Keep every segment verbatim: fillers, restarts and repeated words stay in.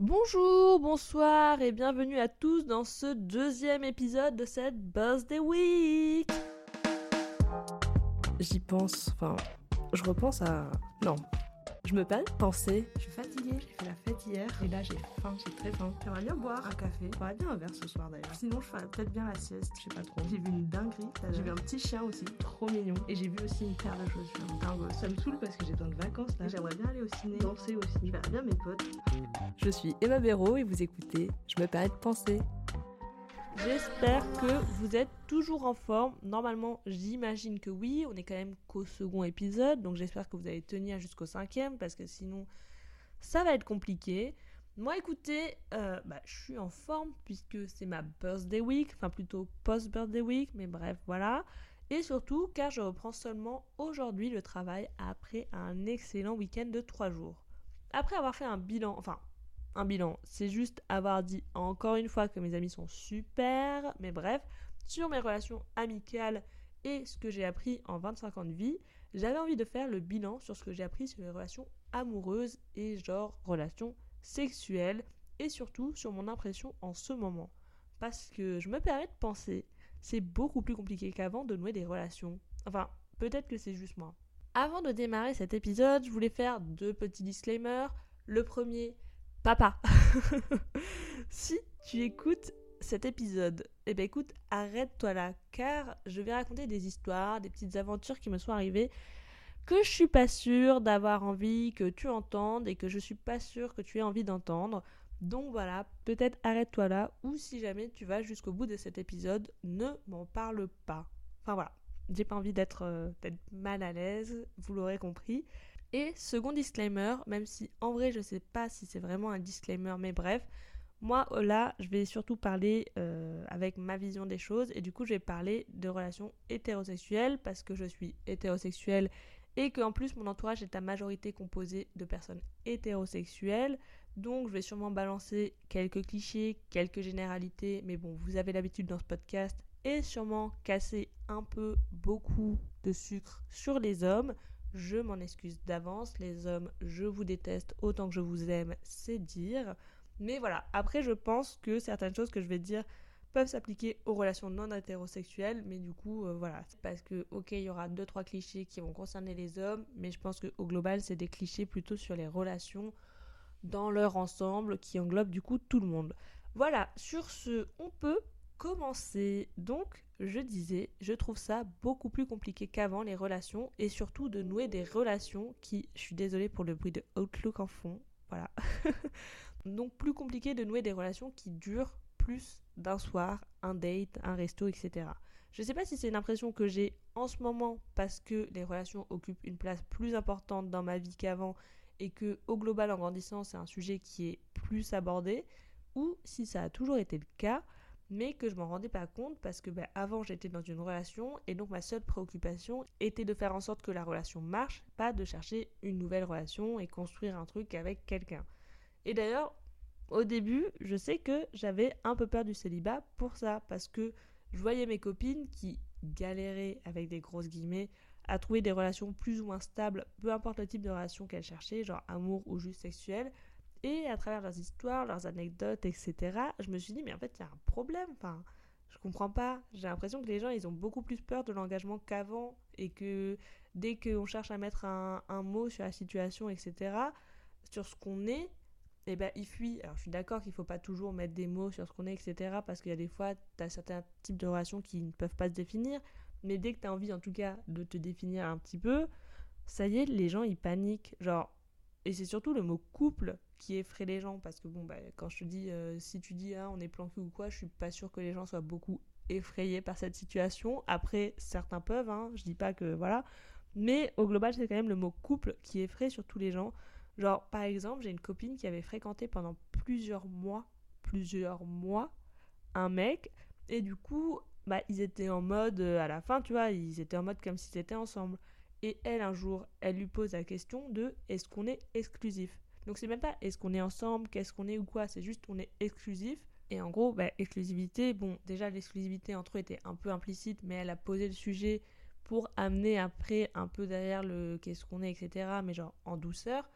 Bonjour, bonsoir et bienvenue à tous dans ce deuxième épisode de cette Birthday Week. J'y pense, enfin, je repense à... Non, je me permets de penser. Je suis fatiguée, j'ai fait la fête hier et là j'ai faim, j'ai très faim. J'aimerais bien boire un café, j'aimerais bien un verre ce soir d'ailleurs. Sinon je ferais peut-être bien la sieste, je sais pas trop. J'ai vu une dinguerie, j'ai vu un petit chien aussi, trop mignon. Et j'ai vu aussi une paire de chaussures, un gosse. Ça me saoule parce que j'ai besoin de vacances là. J'aimerais bien aller au ciné, danser aussi, je verrais bien mes potes. Je suis Emma Béraud et vous écoutez Je me permets de penser. J'espère que vous êtes toujours en forme. Normalement, j'imagine que oui. On est quand même qu'au second épisode, donc j'espère que vous allez tenir jusqu'au cinquième parce que sinon, ça va être compliqué. Moi, écoutez, euh, bah, je suis en forme puisque c'est ma birthday week, enfin plutôt post-birthday week, mais bref, voilà. Et surtout car je reprends seulement aujourd'hui le travail après un excellent week-end de trois jours. Après avoir fait un bilan, enfin un bilan, c'est juste avoir dit encore une fois que mes amis sont super, mais bref, sur mes relations amicales et ce que j'ai appris en vingt-cinq ans de vie, j'avais envie de faire le bilan sur ce que j'ai appris sur les relations amoureuses et genre relations sexuelles et surtout sur mon impression en ce moment. Parce que je me permets de penser, c'est beaucoup plus compliqué qu'avant de nouer des relations. Enfin, peut-être que c'est juste moi. Avant de démarrer cet épisode, je voulais faire deux petits disclaimers. Le premier, papa. Si tu écoutes cet épisode, eh ben écoute, arrête-toi là, car je vais raconter des histoires, des petites aventures qui me sont arrivées que je suis pas sûre d'avoir envie que tu entendes et que je suis pas sûre que tu aies envie d'entendre. Donc voilà, peut-être arrête-toi là, ou si jamais tu vas jusqu'au bout de cet épisode, ne m'en parle pas. Enfin voilà, j'ai pas envie d'être, euh, d'être mal à l'aise, vous l'aurez compris. Et second disclaimer, même si en vrai je sais pas si c'est vraiment un disclaimer, mais bref, moi là je vais surtout parler euh, avec ma vision des choses et du coup je vais parler de relations hétérosexuelles parce que je suis hétérosexuelle et qu'en plus mon entourage est à majorité composé de personnes hétérosexuelles. Donc je vais sûrement balancer quelques clichés, quelques généralités, mais bon, vous avez l'habitude dans ce podcast, et sûrement casser un peu beaucoup de sucre sur les hommes. Je m'en excuse d'avance, les hommes, je vous déteste autant que je vous aime, c'est dire. Mais voilà, après je pense que certaines choses que je vais dire peuvent s'appliquer aux relations non hétérosexuelles, mais du coup, euh, voilà. C'est parce que, ok, il y aura deux trois clichés qui vont concerner les hommes, mais je pense qu'au global, c'est des clichés plutôt sur les relations dans leur ensemble qui englobent du coup tout le monde. Voilà, sur ce, on peut commencer. Donc, je disais, je trouve ça beaucoup plus compliqué qu'avant, les relations, et surtout de nouer des relations qui, je suis désolée pour le bruit de Outlook en fond, voilà. Donc, plus compliqué de nouer des relations qui durent plus d'un soir, un date, un resto, et cetera. Je sais pas si c'est une impression que j'ai en ce moment parce que les relations occupent une place plus importante dans ma vie qu'avant et que au global en grandissant c'est un sujet qui est plus abordé, ou si ça a toujours été le cas mais que je m'en rendais pas compte parce que bah, avant j'étais dans une relation et donc ma seule préoccupation était de faire en sorte que la relation marche, pas de chercher une nouvelle relation et construire un truc avec quelqu'un. Et d'ailleurs au début je sais que j'avais un peu peur du célibat pour ça, parce que je voyais mes copines qui galéraient avec des grosses guillemets à trouver des relations plus ou moins stables, peu importe le type de relation qu'elles cherchaient, genre amour ou juste sexuel. Et à travers leurs histoires, leurs anecdotes, et cetera, je me suis dit, mais en fait, il y a un problème. Enfin, je comprends pas. J'ai l'impression que les gens, ils ont beaucoup plus peur de l'engagement qu'avant et que dès qu'on cherche à mettre un, un mot sur la situation, et cetera, sur ce qu'on est, eh ben, ils fuient. Alors, je suis d'accord qu'il faut pas toujours mettre des mots sur ce qu'on est, et cetera, parce qu'il y a des fois, tu as certains types de relations qui ne peuvent pas se définir. Mais dès que tu as envie, en tout cas, de te définir un petit peu, ça y est, les gens, ils paniquent. Genre, et c'est surtout le mot couple qui effraie les gens. Parce que, bon, bah, quand je te dis, euh, si tu dis, ah, on est plan cul ou quoi, je suis pas sûre que les gens soient beaucoup effrayés par cette situation. Après, certains peuvent, hein, je dis pas que, voilà. Mais au global, c'est quand même le mot couple qui effraie surtout les gens. Genre, par exemple, j'ai une copine qui avait fréquenté pendant plusieurs mois, plusieurs mois, un mec. Et du coup, bah, ils étaient en mode, euh, à la fin, tu vois, ils étaient en mode comme s'ils étaient ensemble. Et elle, un jour, elle lui pose la question de est-ce qu'on est exclusif. Donc c'est même pas est-ce qu'on est ensemble, qu'est-ce qu'on est ou quoi, c'est juste on est exclusif. Et en gros, bah, exclusivité, bon, déjà l'exclusivité entre eux était un peu implicite, mais elle a posé le sujet pour amener après un peu derrière le qu'est-ce qu'on est, et cetera, mais genre en douceur.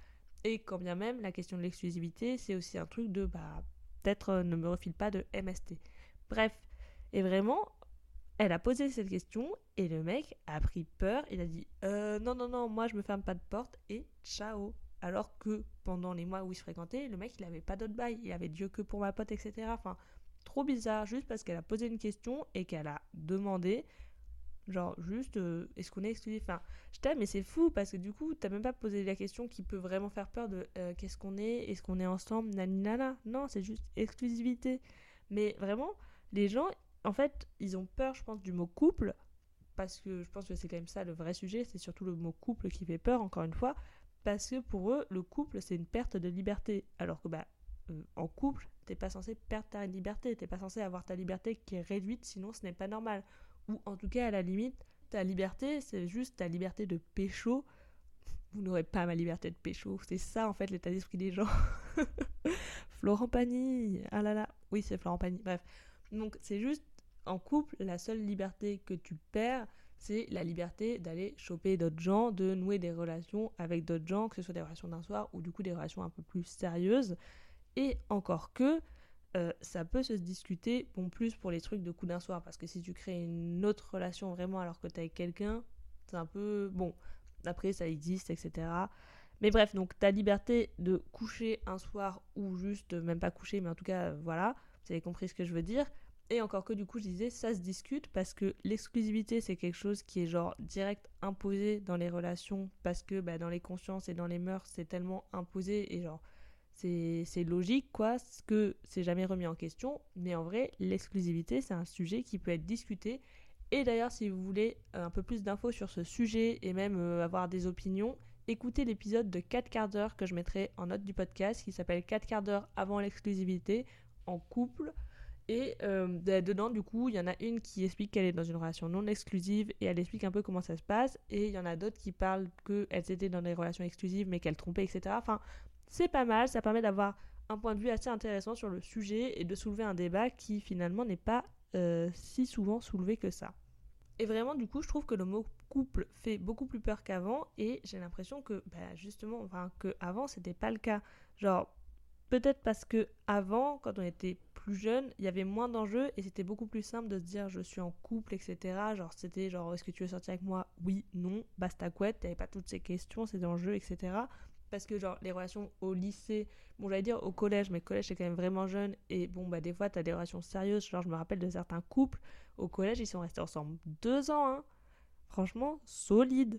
Et quand bien même, la question de l'exclusivité, c'est aussi un truc de, bah, peut-être euh, ne me refile pas de M S T. Bref, et vraiment, elle a posé cette question et le mec a pris peur. Il a dit euh, non, non, non, moi je me ferme pas de porte et ciao. Alors que pendant les mois où ils se fréquentaient, le mec il avait pas d'autre bail. Il avait Dieu que pour ma pote, et cetera. Enfin, trop bizarre, juste parce qu'elle a posé une question et qu'elle a demandé, genre juste, euh, est-ce qu'on est exclusif? Enfin, je t'aime, mais c'est fou parce que du coup, t'as même pas posé la question qui peut vraiment faire peur de euh, qu'est-ce qu'on est, est-ce qu'on est ensemble, naninana. Non, c'est juste exclusivité. Mais vraiment, les gens, en fait, ils ont peur, je pense, du mot couple, parce que je pense que c'est quand même ça le vrai sujet, c'est surtout le mot couple qui fait peur, encore une fois, parce que pour eux, le couple, c'est une perte de liberté, alors que, bah, euh, en couple, t'es pas censé perdre ta liberté, t'es pas censé avoir ta liberté qui est réduite, sinon ce n'est pas normal. Ou en tout cas, à la limite, ta liberté, c'est juste ta liberté de pécho. Vous n'aurez pas ma liberté de pécho, c'est ça, en fait, l'état d'esprit des gens. Florent Pagny, ah là là, oui, c'est Florent Pagny, bref. Donc, c'est juste, en couple, la seule liberté que tu perds, c'est la liberté d'aller choper d'autres gens, de nouer des relations avec d'autres gens, que ce soit des relations d'un soir ou du coup des relations un peu plus sérieuses. Et encore que, euh, ça peut se discuter, bon, plus pour les trucs de coup d'un soir, parce que si tu crées une autre relation vraiment alors que t'es avec quelqu'un, c'est un peu... Bon, après ça existe, et cetera. Mais bref, donc ta liberté de coucher un soir ou juste, même pas coucher, mais en tout cas, euh, voilà, vous avez compris ce que je veux dire. Et encore que du coup, je disais, ça se discute parce que l'exclusivité, c'est quelque chose qui est genre direct imposé dans les relations parce que bah, dans les consciences et dans les mœurs, c'est tellement imposé et genre, c'est, c'est logique quoi, que c'est jamais remis en question. Mais en vrai, l'exclusivité, c'est un sujet qui peut être discuté. Et d'ailleurs, si vous voulez un peu plus d'infos sur ce sujet et même euh, avoir des opinions, écoutez l'épisode de quatre quarts d'heure que je mettrai en note du podcast qui s'appelle quatre quarts d'heure avant l'exclusivité en couple. Et euh, dedans, du coup, il y en a une qui explique qu'elle est dans une relation non exclusive et elle explique un peu comment ça se passe. Et il y en a d'autres qui parlent qu'elles étaient dans des relations exclusives mais qu'elles trompaient, et cetera. Enfin, c'est pas mal, ça permet d'avoir un point de vue assez intéressant sur le sujet et de soulever un débat qui finalement n'est pas euh, si souvent soulevé que ça. Et vraiment, du coup, je trouve que le mot couple fait beaucoup plus peur qu'avant et j'ai l'impression que, bah, justement, enfin, qu'avant, c'était pas le cas. Genre, peut-être parce que avant, quand on était plus jeune, il y avait moins d'enjeux et c'était beaucoup plus simple de se dire je suis en couple, et cetera. Genre, c'était genre, est-ce que tu veux sortir avec moi? Oui, non, basta couette, t'avais pas toutes ces questions, ces enjeux, et cetera. Parce que, genre, les relations au lycée, bon, j'allais dire au collège, mais le collège, c'est quand même vraiment jeune. Et bon, bah, des fois, t'as des relations sérieuses. Genre, je me rappelle de certains couples au collège, ils sont restés ensemble deux ans, hein. Franchement, solide.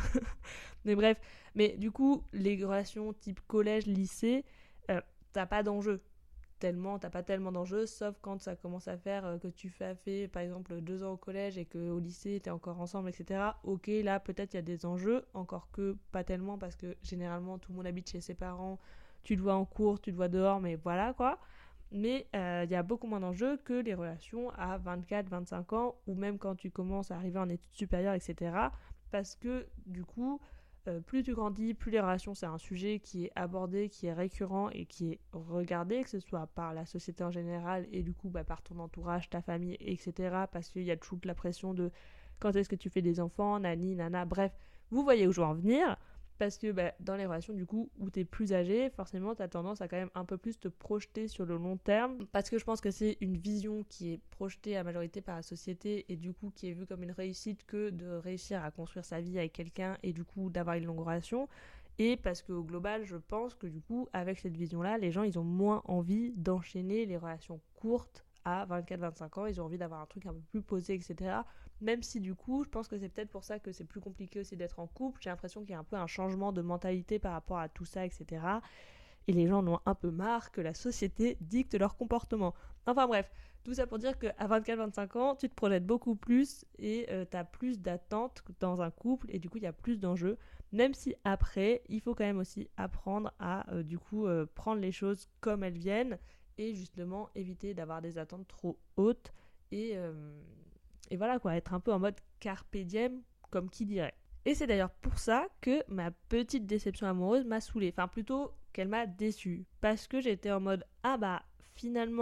Mais bref, mais du coup, les relations type collège, lycée, euh, t'as pas d'enjeu. Tellement, t'as pas tellement d'enjeux, sauf quand ça commence à faire euh, que tu fais, fait, par exemple, deux ans au collège et qu'au lycée, t'es encore ensemble, et cetera. Ok, là, peut-être il y a des enjeux, encore que pas tellement, parce que généralement, tout le monde habite chez ses parents, tu te vois en cours, tu te vois dehors, mais voilà, quoi. Mais il euh, y a beaucoup moins d'enjeux que les relations à vingt-quatre vingt-cinq ans, ou même quand tu commences à arriver en études supérieures, et cetera. Parce que, du coup... Euh, plus tu grandis, plus les relations, c'est un sujet qui est abordé, qui est récurrent et qui est regardé, que ce soit par la société en général et du coup bah, par ton entourage, ta famille, et cetera. Parce qu'il y a toute la pression de quand est-ce que tu fais des enfants, nani, nana, bref, vous voyez où je veux en venir. Parce que bah, dans les relations du coup où t'es plus âgé, forcément t'as tendance à quand même un peu plus te projeter sur le long terme. Parce que je pense que c'est une vision qui est projetée à majorité par la société et du coup qui est vue comme une réussite que de réussir à construire sa vie avec quelqu'un et du coup d'avoir une longue relation. Et parce qu'au global, je pense que du coup, avec cette vision-là, les gens ils ont moins envie d'enchaîner les relations courtes à vingt-quatre vingt-cinq ans, ils ont envie d'avoir un truc un peu plus posé, et cetera. Même si du coup, je pense que c'est peut-être pour ça que c'est plus compliqué aussi d'être en couple. J'ai l'impression qu'il y a un peu un changement de mentalité par rapport à tout ça, et cetera. Et les gens en ont un peu marre que la société dicte leur comportement. Enfin bref, tout ça pour dire qu'à vingt-quatre vingt-cinq ans, tu te projettes beaucoup plus et euh, tu as plus d'attentes dans un couple et du coup, il y a plus d'enjeux. Même si après, il faut quand même aussi apprendre à euh, du coup euh, prendre les choses comme elles viennent et justement éviter d'avoir des attentes trop hautes et... Euh, Et voilà quoi, être un peu en mode carpe diem, comme qui dirait. Et c'est d'ailleurs pour ça que ma petite déception amoureuse m'a saoulée. Enfin plutôt qu'elle m'a déçue. Parce que j'étais en mode, ah bah finalement,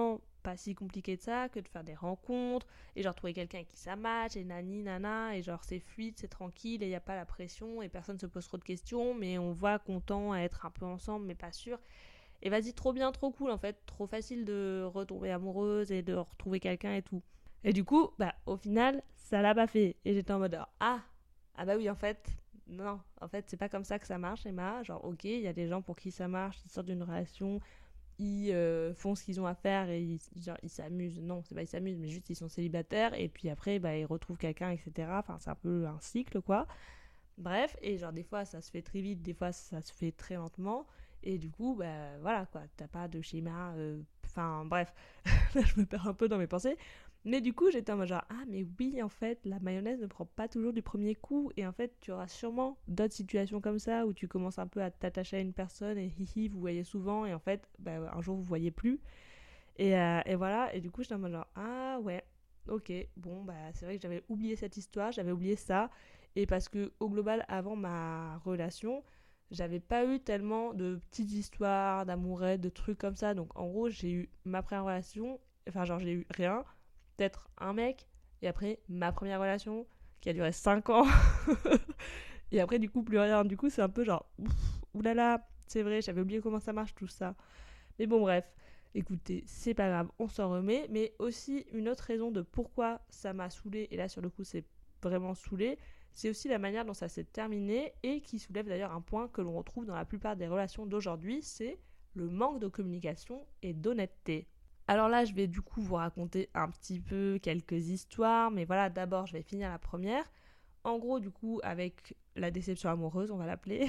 pas si compliqué de ça que de faire des rencontres et genre trouver quelqu'un avec qui ça match et nani nana et genre c'est fluide, c'est tranquille et y a pas la pression et personne se pose trop de questions mais on voit content à être un peu ensemble mais pas sûr. Et vas-y, trop bien, trop cool en fait, trop facile de retomber amoureuse et de retrouver quelqu'un et tout. Et du coup, bah au final, ça l'a pas fait et j'étais en mode ah ah bah oui en fait non, en fait c'est pas comme ça que ça marche Emma, genre ok, il y a des gens pour qui ça marche, ils sortent d'une relation, ils euh, font ce qu'ils ont à faire et ils, genre, ils s'amusent, non c'est pas ils s'amusent mais juste ils sont célibataires et puis après bah, ils retrouvent quelqu'un etc, enfin c'est un peu un cycle quoi, bref, et genre des fois ça se fait très vite, des fois ça se fait très lentement et du coup bah voilà quoi, t'as pas de schéma, enfin euh, bref là je me perds un peu dans mes pensées. Mais du coup, j'étais en mode genre, ah, mais oui, en fait, la mayonnaise ne prend pas toujours du premier coup. Et en fait, tu auras sûrement d'autres situations comme ça où tu commences un peu à t'attacher à une personne et hihi, vous voyez souvent. Et en fait, bah, un jour, vous voyez plus. Et, euh, et voilà. Et du coup, j'étais en mode genre, ah, ouais, ok. Bon, bah, c'est vrai que j'avais oublié cette histoire, j'avais oublié ça. Et parce que, au global, avant ma relation, j'avais pas eu tellement de petites histoires, d'amourettes, de trucs comme ça. Donc, en gros, j'ai eu ma première relation. Enfin, genre, j'ai eu rien. Peut-être un mec, et après ma première relation qui a duré cinq ans et après du coup plus rien, du coup c'est un peu genre ouf, oulala, c'est vrai j'avais oublié comment ça marche tout ça, mais bon bref, écoutez c'est pas grave, on s'en remet. Mais aussi une autre raison de pourquoi ça m'a saoulée, et là sur le coup c'est vraiment saoulé, c'est aussi la manière dont ça s'est terminé et qui soulève d'ailleurs un point que l'on retrouve dans la plupart des relations d'aujourd'hui, c'est le manque de communication et d'honnêteté. Alors là, je vais du coup vous raconter un petit peu quelques histoires, mais voilà, d'abord, je vais finir la première. En gros, du coup, avec la déception amoureuse, on va l'appeler,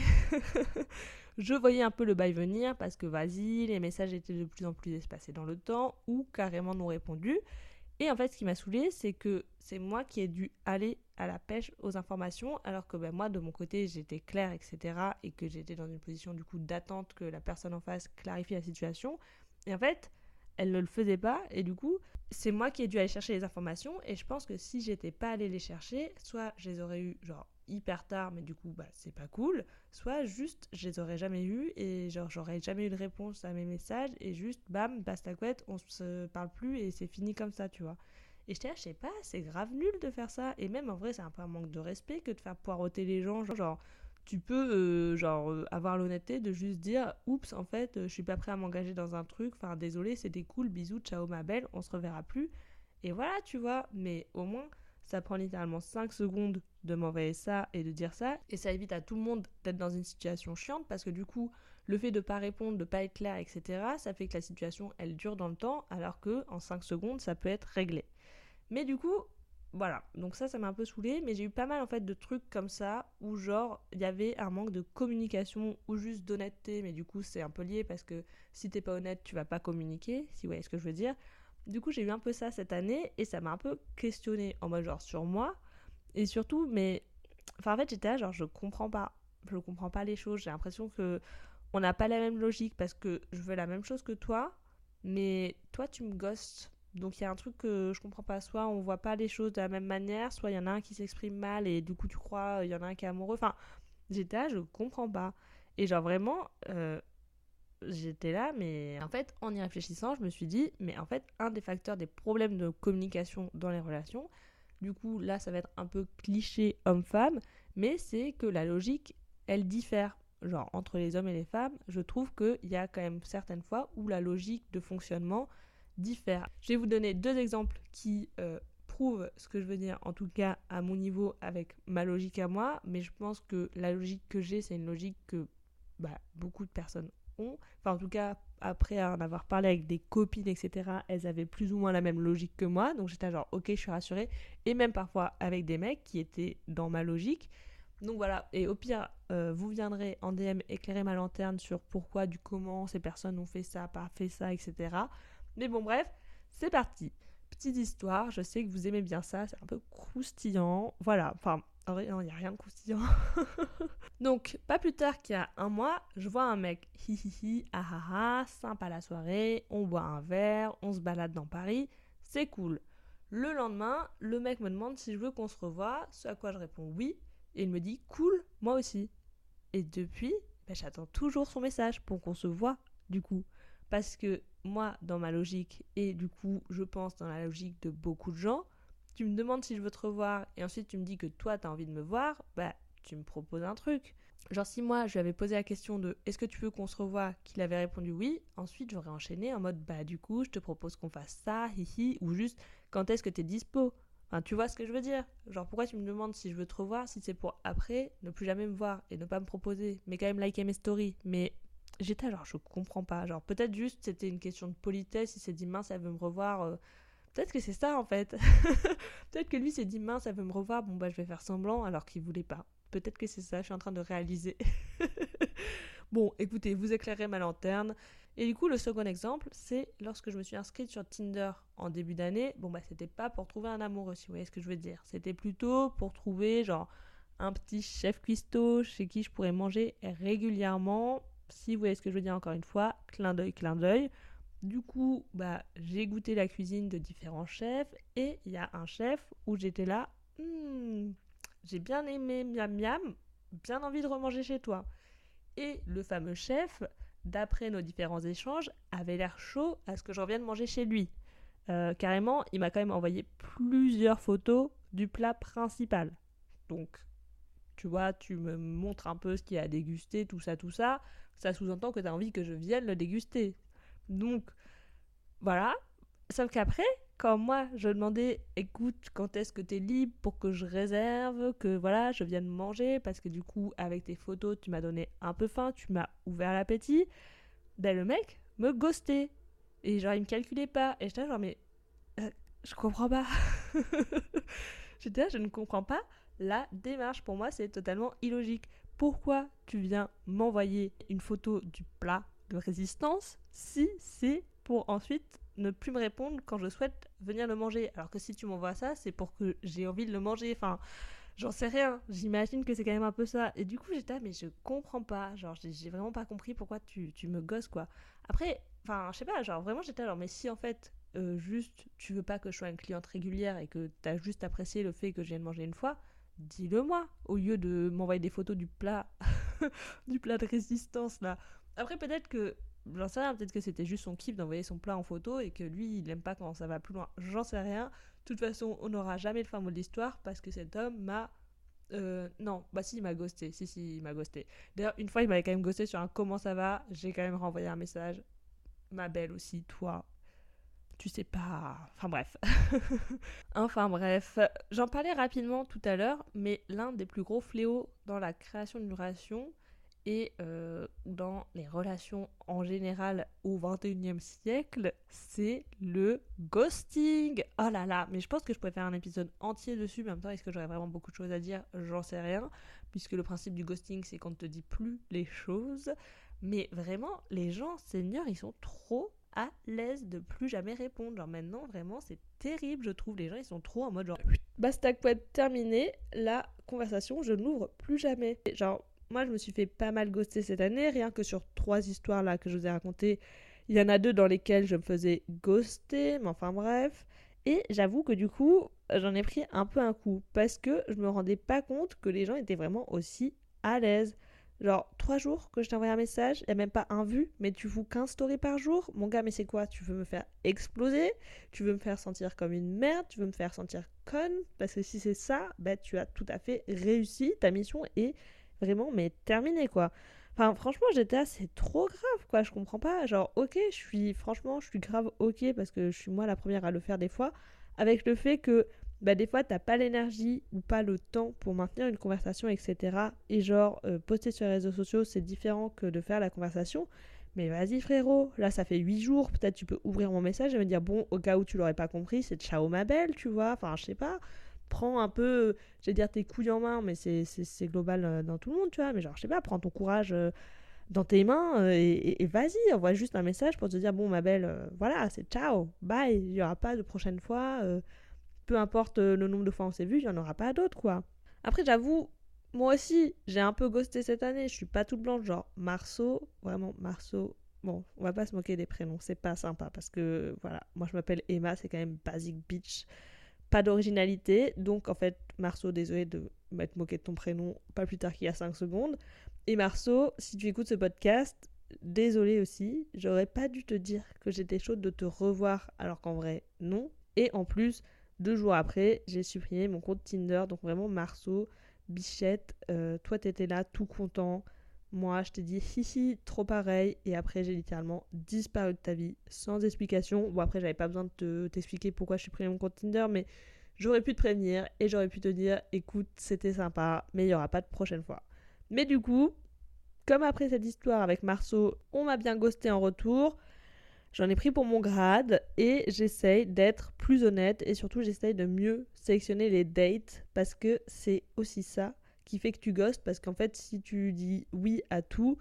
je voyais un peu le bail venir parce que, vas-y, les messages étaient de plus en plus espacés dans le temps ou carrément non répondus. Et en fait, ce qui m'a saoulée, c'est que c'est moi qui ai dû aller à la pêche aux informations, alors que ben, moi, de mon côté, j'étais claire, et cetera, et que j'étais dans une position du coup d'attente que la personne en face clarifie la situation. Et en fait, elle ne le faisait pas et du coup c'est moi qui ai dû aller chercher les informations et je pense que si j'étais pas allée les chercher, soit je les aurais eu genre hyper tard mais du coup bah c'est pas cool, soit juste je les aurais jamais eu et genre j'aurais jamais eu de réponse à mes messages et juste bam basta couette, on se parle plus et c'est fini comme ça tu vois. Et j'étais là, je sais pas, c'est grave nul de faire ça et même en vrai c'est un peu un manque de respect que de faire poireauter les gens, genre tu peux euh, genre euh, avoir l'honnêteté de juste dire oups en fait euh, je suis pas prêt à m'engager dans un truc, enfin désolé c'était cool, bisous, ciao ma belle, on se reverra plus et voilà tu vois. Mais au moins ça prend littéralement cinq secondes de m'envoyer ça et de dire ça et ça évite à tout le monde d'être dans une situation chiante parce que du coup le fait de pas répondre, de pas être clair etc, ça fait que la situation elle dure dans le temps alors que en cinq secondes ça peut être réglé. Mais du coup voilà, donc ça, ça m'a un peu saoulée, mais j'ai eu pas mal en fait de trucs comme ça, où genre, il y avait un manque de communication ou juste d'honnêteté, mais du coup c'est un peu lié parce que si t'es pas honnête, tu vas pas communiquer, si vous voyez ce que je veux dire. Du coup j'ai eu un peu ça cette année, et ça m'a un peu questionnée, en mode genre sur moi, et surtout, mais... Enfin en fait j'étais là genre je comprends pas, je comprends pas les choses, j'ai l'impression que on n'a pas la même logique parce que je veux la même chose que toi, mais toi tu me ghostes. Donc il y a un truc que je comprends pas, soit on voit pas les choses de la même manière, soit il y en a un qui s'exprime mal et du coup tu crois il y en a un qui est amoureux. Enfin, j'étais là, je comprends pas. Et genre vraiment, euh, j'étais là, mais en fait, en y réfléchissant, je me suis dit, mais en fait, un des facteurs des problèmes de communication dans les relations, du coup là ça va être un peu cliché homme-femme, mais c'est que la logique, elle diffère. Genre entre les hommes et les femmes, je trouve qu'il y a quand même certaines fois où la logique de fonctionnement diffèrent. Je vais vous donner deux exemples qui euh, prouvent ce que je veux dire, en tout cas à mon niveau avec ma logique à moi, mais je pense que la logique que j'ai, c'est une logique que bah, beaucoup de personnes ont. Enfin en tout cas, après en avoir parlé avec des copines, et cetera, elles avaient plus ou moins la même logique que moi, donc j'étais genre ok, je suis rassurée, et même parfois avec des mecs qui étaient dans ma logique. Donc voilà, et au pire, euh, vous viendrez en D M éclairer ma lanterne sur pourquoi, du comment ces personnes ont fait ça, pas fait ça, et cetera. Mais bon bref, c'est parti. Petite histoire, je sais que vous aimez bien ça, c'est un peu croustillant. Voilà, enfin, en vrai, non, il n'y a rien de croustillant. Donc, pas plus tard qu'il y a un mois, je vois un mec, hi hi hi, ah ah ah, sympa la soirée, on boit un verre, on se balade dans Paris, c'est cool. Le lendemain, le mec me demande si je veux qu'on se revoie, ce à quoi je réponds oui, et il me dit cool, moi aussi. Et depuis, ben, j'attends toujours son message pour qu'on se voit, du coup. Parce que moi, dans ma logique, et du coup, je pense dans la logique de beaucoup de gens, tu me demandes si je veux te revoir, et ensuite tu me dis que toi, t'as envie de me voir, bah, tu me proposes un truc. Genre, si moi, je lui avais posé la question de « Est-ce que tu veux qu'on se revoie ?» qu'il avait répondu oui, ensuite, j'aurais enchaîné en mode « Bah, du coup, je te propose qu'on fasse ça, hihi, ou juste « Quand est-ce que t'es dispo ?» Enfin, tu vois ce que je veux dire ? Genre, pourquoi tu me demandes si je veux te revoir si c'est pour après ne plus jamais me voir et ne pas me proposer, mais quand même liker mes stories. Mais j'étais genre, je comprends pas. Genre, peut-être juste c'était une question de politesse, il s'est dit mince, elle veut me revoir. Euh... Peut-être que c'est ça en fait. Peut-être que lui s'est dit mince, elle veut me revoir, bon bah je vais faire semblant alors qu'il voulait pas. Peut-être que c'est ça, je suis en train de réaliser. Bon, écoutez, vous éclairez ma lanterne. Et du coup, le second exemple, c'est lorsque je me suis inscrite sur Tinder en début d'année. Bon, bah, c'était pas pour trouver un amoureux, si vous voyez ce que je veux dire. C'était plutôt pour trouver, genre, un petit chef cuistot chez qui je pourrais manger régulièrement. Si vous voyez ce que je veux dire, encore une fois, clin d'œil, clin d'œil. Du coup, bah, j'ai goûté la cuisine de différents chefs. Et il y a un chef où j'étais là, hmm, j'ai bien aimé miam miam, bien envie de remanger chez toi. Et le fameux chef, d'après nos différents échanges, avait l'air chaud à ce que je revienne manger chez lui. Euh, carrément, il m'a quand même envoyé plusieurs photos du plat principal. Donc, tu vois, tu me montres un peu ce qu'il y a à déguster, tout ça, tout ça. Ça sous-entend que tu as envie que je vienne le déguster. Donc, voilà. Sauf qu'après, quand moi, je demandais, écoute, quand est-ce que t'es libre pour que je réserve, que voilà, je vienne manger, parce que du coup, avec tes photos, tu m'as donné un peu faim, tu m'as ouvert l'appétit, ben le mec me ghostait. Et genre, il me calculait pas. Et j'étais genre, mais euh, je comprends pas. J'étais là, je ne comprends pas la démarche. Pour moi, c'est totalement illogique. Pourquoi tu viens m'envoyer une photo du plat de résistance si c'est pour ensuite ne plus me répondre quand je souhaite venir le manger, alors que si tu m'envoies ça, c'est pour que j'ai envie de le manger, enfin, j'en sais rien, j'imagine que c'est quand même un peu ça, et du coup j'étais là, mais je comprends pas, genre j'ai, j'ai vraiment pas compris pourquoi tu, tu me gosses, quoi. Après, enfin, je sais pas, genre vraiment j'étais là, genre, mais si en fait, euh, juste, tu veux pas que je sois une cliente régulière et que t'as juste apprécié le fait que je vienne manger une fois, dis-le moi, au lieu de m'envoyer des photos du plat, du plat de résistance, là. Après, peut-être que j'en sais rien, peut-être que c'était juste son kiff d'envoyer son plat en photo et que lui, il aime pas quand ça va plus loin. J'en sais rien. De toute façon, on n'aura jamais le fin mot de l'histoire parce que cet homme m'a... Euh, non, bah si, il m'a ghosté. Si, si, il m'a ghosté. D'ailleurs, une fois, il m'avait quand même ghosté sur un comment ça va. J'ai quand même renvoyé un message. Ma belle aussi, toi. Tu sais pas... Enfin bref. enfin bref. J'en parlais rapidement tout à l'heure, mais l'un des plus gros fléaux dans la création d'une relation... et euh, dans les relations en général au vingt et unième siècle, c'est le ghosting. Oh là là, mais je pense que je pourrais faire un épisode entier dessus, mais en même temps, est-ce que j'aurais vraiment beaucoup de choses à dire ? J'en sais rien, puisque le principe du ghosting, c'est qu'on ne te dit plus les choses. Mais vraiment, les gens, seigneurs, ils sont trop à l'aise de plus jamais répondre. Genre maintenant, vraiment, c'est terrible, je trouve. Les gens, ils sont trop en mode genre, basta, quoi, être terminé, la conversation, je ne l'ouvre plus jamais. Genre, moi, je me suis fait pas mal ghoster cette année, rien que sur trois histoires là que je vous ai racontées. Il y en a deux dans lesquelles je me faisais ghoster, mais enfin bref. Et j'avoue que du coup, j'en ai pris un peu un coup, parce que je me rendais pas compte que les gens étaient vraiment aussi à l'aise. Genre, trois jours que je t'ai envoyé un message, il n'y a même pas un vu, mais tu fous quinze stories par jour. Mon gars, mais c'est quoi ? Tu veux me faire exploser ? Tu veux me faire sentir comme une merde ? Tu veux me faire sentir conne ? Parce que si c'est ça, bah tu as tout à fait réussi, ta mission est... vraiment mais terminé quoi. Enfin franchement j'étais là, c'est trop grave quoi, je comprends pas, genre ok je suis franchement je suis grave ok parce que je suis moi la première à le faire des fois, avec le fait que bah des fois t'as pas l'énergie ou pas le temps pour maintenir une conversation etc, et genre euh, poster sur les réseaux sociaux c'est différent que de faire la conversation, mais vas-y frérot, là ça fait huit jours, peut-être tu peux ouvrir mon message et me dire bon au cas où tu l'aurais pas compris c'est ciao ma belle tu vois, enfin je sais pas, prends un peu, je vais dire tes couilles en main, mais c'est, c'est, c'est global euh, dans tout le monde, tu vois, mais genre, je sais pas, prends ton courage euh, dans tes mains euh, et, et, et vas-y, envoie juste un message pour te dire, bon, ma belle, euh, voilà, c'est ciao, bye, il y aura pas de prochaine fois, euh, peu importe euh, le nombre de fois on s'est vu, il y en aura pas d'autres, quoi. Après, j'avoue, moi aussi, j'ai un peu ghosté cette année, je suis pas toute blanche, genre, Marceau, vraiment, Marceau, bon, on va pas se moquer des prénoms, c'est pas sympa, parce que, voilà, moi je m'appelle Emma, c'est quand même basic bitch, pas d'originalité, donc en fait, Marceau, désolé de m'être moqué de ton prénom pas plus tard qu'il y a cinq secondes. Et Marceau, si tu écoutes ce podcast, désolée aussi, j'aurais pas dû te dire que j'étais chaude de te revoir alors qu'en vrai non. Et en plus, deux jours après, j'ai supprimé mon compte Tinder, donc vraiment Marceau, bichette, euh, toi t'étais là tout content, moi je t'ai dit hihi, trop pareil, et après j'ai littéralement disparu de ta vie sans explication. Bon après j'avais pas besoin de te, t'expliquer pourquoi je supprimé mon compte Tinder, mais j'aurais pu te prévenir et j'aurais pu te dire écoute c'était sympa mais il n'y aura pas de prochaine fois. Mais du coup, comme après cette histoire avec Marceau, on m'a bien ghosté en retour, j'en ai pris pour mon grade et j'essaye d'être plus honnête et surtout j'essaye de mieux sélectionner les dates parce que c'est aussi ça qui fait que tu ghostes, parce qu'en fait si tu dis oui à tout,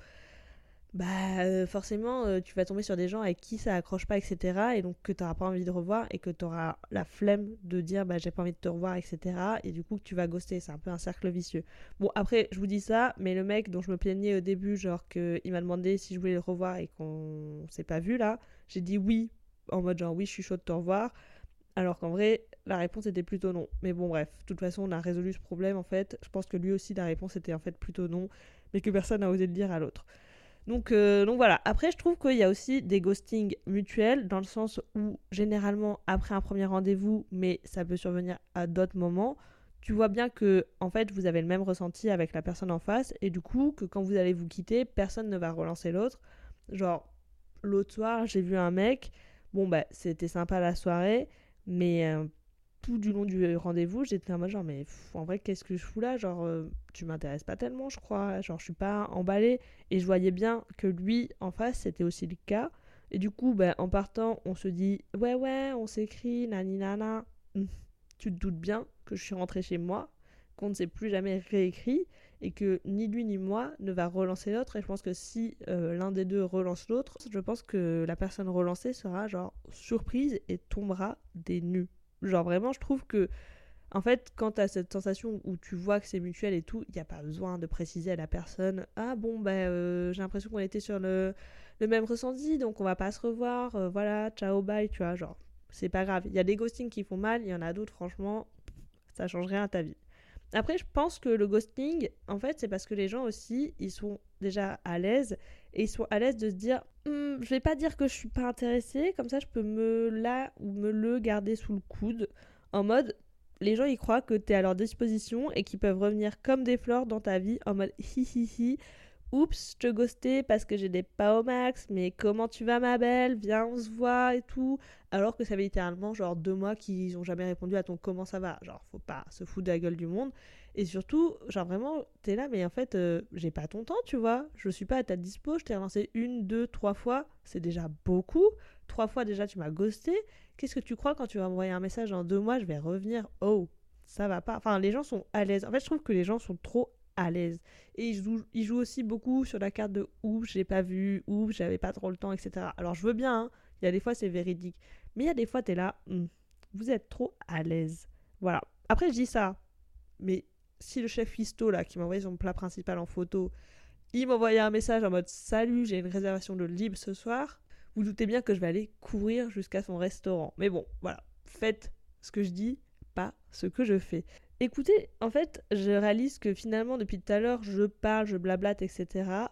bah euh, forcément euh, tu vas tomber sur des gens avec qui ça accroche pas, etc., et donc que t'auras pas envie de revoir et que t'auras la flemme de dire bah j'ai pas envie de te revoir, etc., et du coup que tu vas ghoster. C'est un peu un cercle vicieux. Bon après je vous dis ça, mais le mec dont je me plaignais au début, genre qu'il m'a demandé si je voulais le revoir et qu'on s'est pas vu là, j'ai dit oui en mode genre oui je suis chaud de te revoir, alors qu'en vrai la réponse était plutôt non. Mais bon bref, de toute façon on a résolu ce problème en fait. Je pense que lui aussi la réponse était en fait plutôt non, mais que personne n'a osé le dire à l'autre. Donc, euh, donc voilà. Après, je trouve qu'il y a aussi des ghostings mutuels, dans le sens où généralement après un premier rendez-vous, mais ça peut survenir à d'autres moments, tu vois bien que en fait vous avez le même ressenti avec la personne en face, et du coup que quand vous allez vous quitter, personne ne va relancer l'autre. Genre l'autre soir j'ai vu un mec, bon bah c'était sympa la soirée, mais euh, tout du long du rendez-vous j'étais en mode genre mais pff, en vrai qu'est-ce que je fous là, genre euh, tu m'intéresses pas tellement je crois, genre je suis pas emballée, et je voyais bien que lui en face c'était aussi le cas, et du coup bah, en partant on se dit ouais ouais on s'écrit nani nana. Hum, tu te doutes bien que je suis rentrée chez moi, qu'on ne s'est plus jamais réécrit et que ni lui ni moi ne va relancer l'autre, et je pense que si euh, l'un des deux relance l'autre, je pense que la personne relancée sera genre surprise et tombera des nues. Genre vraiment je trouve que en fait quand t'as cette sensation où tu vois que c'est mutuel et tout, il n'y a pas besoin de préciser à la personne ah bon bah euh, j'ai l'impression qu'on était sur le, le même ressenti donc on va pas se revoir, euh, voilà ciao bye, tu vois, genre c'est pas grave. Il y a des ghostings qui font mal, il y en a d'autres franchement ça change rien à ta vie. Après je pense que le ghosting en fait c'est parce que les gens aussi ils sont déjà à l'aise, et ils sont à l'aise de se dire hm, je vais pas dire que je suis pas intéressée, comme ça je peux me la ou me le garder sous le coude, en mode les gens ils croient que t'es à leur disposition et qu'ils peuvent revenir comme des fleurs dans ta vie en mode hi hi hi, oups, je te ghostais parce que j'étais pas au max, mais comment tu vas ma belle, viens on se voit et tout, alors que ça fait littéralement genre deux mois qu'ils ont jamais répondu à ton comment ça va. Genre faut pas se foutre de la gueule du monde, et surtout genre vraiment t'es là mais en fait euh, j'ai pas ton temps, tu vois, je suis pas à ta dispo, je t'ai relancé une, deux, trois fois, c'est déjà beaucoup, trois fois déjà tu m'as ghosté, qu'est-ce que tu crois quand tu vas m'envoyer un message dans deux mois je vais revenir, oh ça va pas. Enfin les gens sont à l'aise, en fait je trouve que les gens sont trop à l'aise. Et ils jouent, ils jouent aussi beaucoup sur la carte de ouf, j'ai pas vu, ouf, j'avais pas trop le temps, et cetera. Alors je veux bien, hein, il y a des fois c'est véridique, mais il y a des fois t'es là, hm, vous êtes trop à l'aise. Voilà. Après je dis ça, mais si le chef Histo là qui m'a envoyé son plat principal en photo, il m'envoyait un message en mode salut, j'ai une réservation de libre ce soir, vous doutez bien que je vais aller courir jusqu'à son restaurant. Mais bon, voilà, faites ce que je dis, pas ce que je fais. Écoutez, en fait, je réalise que finalement, depuis tout à l'heure, je parle, je blablate, et cetera.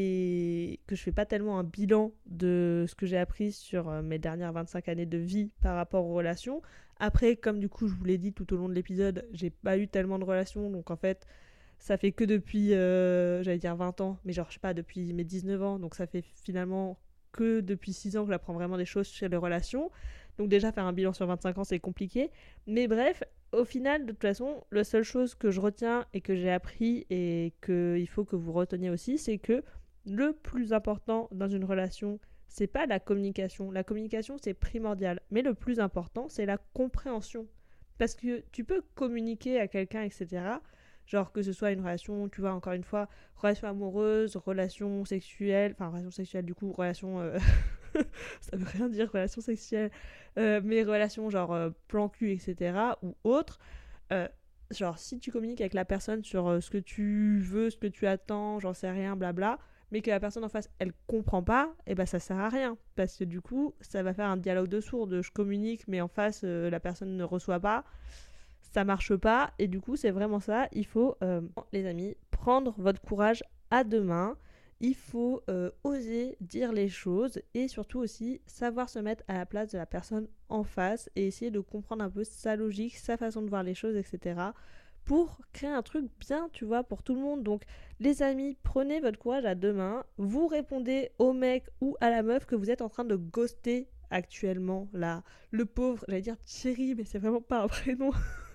Et que je fais pas tellement un bilan de ce que j'ai appris sur euh, mes dernières vingt-cinq années de vie par rapport aux relations. Après, comme du coup, je vous l'ai dit tout au long de l'épisode, j'ai pas eu tellement de relations. Donc en fait, ça fait que depuis, euh, j'allais dire vingt ans, mais genre, je sais pas, depuis mes dix-neuf ans. Donc ça fait finalement que depuis six ans que j'apprends vraiment des choses sur les relations. Donc déjà, faire un bilan sur vingt-cinq ans, c'est compliqué. Mais bref, au final, de toute façon, la seule chose que je retiens et que j'ai appris et qu'il faut que vous reteniez aussi, c'est que le plus important dans une relation, c'est pas la communication. La communication, c'est primordial. Mais le plus important, c'est la compréhension. Parce que tu peux communiquer à quelqu'un, et cetera. Genre que ce soit une relation, tu vois, encore une fois, relation amoureuse, relation sexuelle, enfin relation sexuelle du coup, relation... Euh... ça veut rien dire, relation sexuelle, euh, mais relation genre euh, plan cul, et cetera, ou autre, euh, genre si tu communiques avec la personne sur euh, ce que tu veux, ce que tu attends, j'en sais rien, blabla, mais que la personne en face, elle comprend pas, et ben ça sert à rien, parce que du coup, ça va faire un dialogue de sourds, je communique, mais en face, euh, la personne ne reçoit pas, ça marche pas, et du coup, c'est vraiment ça, il faut, euh, les amis, prendre votre courage à deux mains, il faut euh, oser dire les choses et surtout aussi savoir se mettre à la place de la personne en face et essayer de comprendre un peu sa logique, sa façon de voir les choses, et cetera pour créer un truc bien, tu vois, pour tout le monde. Donc, les amis, prenez votre courage à deux mains. Vous répondez au mec ou à la meuf que vous êtes en train de ghoster actuellement, là. Le pauvre, j'allais dire Thierry, mais c'est vraiment pas un prénom.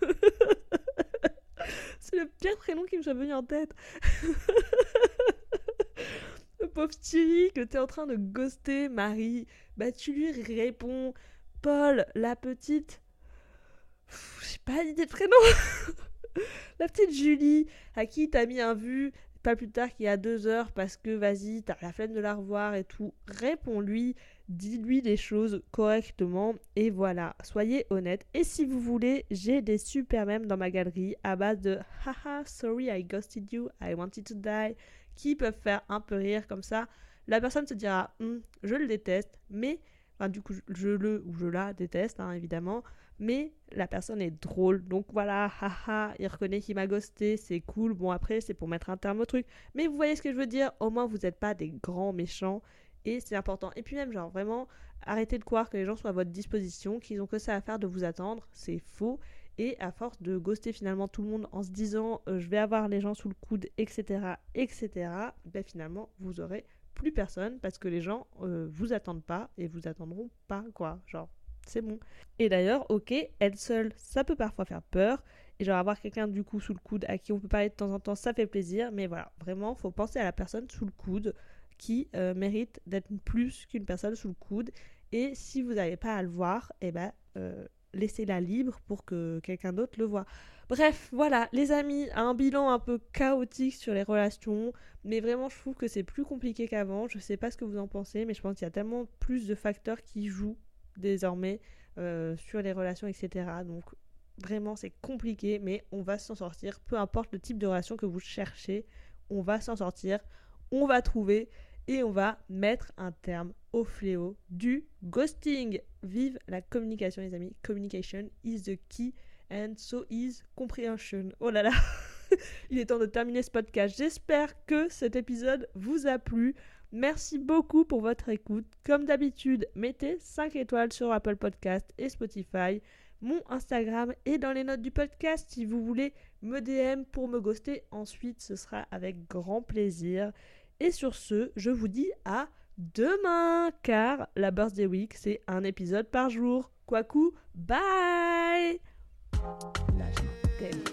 C'est le pire prénom qui me soit venu en tête. Le pauvre Thierry que t'es en train de ghoster, Marie. Bah, tu lui réponds. Paul, la petite... Pff, j'ai pas d'idée de prénom. La petite Julie, à qui t'as mis un vu pas plus tard qu'il y a deux heures parce que vas-y, t'as la flemme de la revoir et tout. Réponds-lui, dis-lui les choses correctement et voilà, soyez honnête. Et si vous voulez, j'ai des super mèmes dans ma galerie à base de haha, sorry I ghosted you, I wanted to die, qui peuvent faire un peu rire comme ça. La personne se dira, hm, je le déteste, mais, enfin du coup, je le ou je la déteste, hein, évidemment. Mais la personne est drôle, donc voilà, haha, il reconnaît qu'il m'a ghosté, c'est cool. Bon, après, c'est pour mettre un terme au truc. Mais vous voyez ce que je veux dire, au moins vous n'êtes pas des grands méchants et c'est important. Et puis même, genre, vraiment, arrêtez de croire que les gens sont à votre disposition, qu'ils ont que ça à faire de vous attendre, c'est faux. Et à force de ghoster finalement tout le monde en se disant euh, je vais avoir les gens sous le coude, et cetera, et cetera, ben finalement, vous aurez plus personne parce que les gens euh, vous attendent pas et vous attendront pas, quoi, genre. C'est bon. Et d'ailleurs, ok, être seule, ça peut parfois faire peur. Et genre avoir quelqu'un du coup sous le coude à qui on peut parler de temps en temps, ça fait plaisir. Mais voilà, vraiment, faut penser à la personne sous le coude qui euh, mérite d'être plus qu'une personne sous le coude. Et si vous n'avez pas à le voir, eh ben, euh, laissez-la libre pour que quelqu'un d'autre le voit. Bref, voilà, les amis, un bilan un peu chaotique sur les relations. Mais vraiment, je trouve que c'est plus compliqué qu'avant. Je sais pas ce que vous en pensez, mais je pense qu'il y a tellement plus de facteurs qui jouent désormais euh, sur les relations, et cetera. Donc vraiment c'est compliqué, mais on va s'en sortir, peu importe le type de relation que vous cherchez, on va s'en sortir, on va trouver et on va mettre un terme au fléau du ghosting. Vive la communication les amis, communication is the key and so is comprehension. Oh là là. Il est temps de terminer ce podcast. J'espère que cet épisode vous a plu. Merci beaucoup pour votre écoute. Comme d'habitude, mettez cinq étoiles sur Apple Podcast et Spotify. Mon Instagram est dans les notes du podcast si vous voulez me D M pour me ghoster. Ensuite, ce sera avec grand plaisir. Et sur ce, je vous dis à demain, car la Birthday Week, c'est un épisode par jour. Kwaku, bye! Là, je t'aime.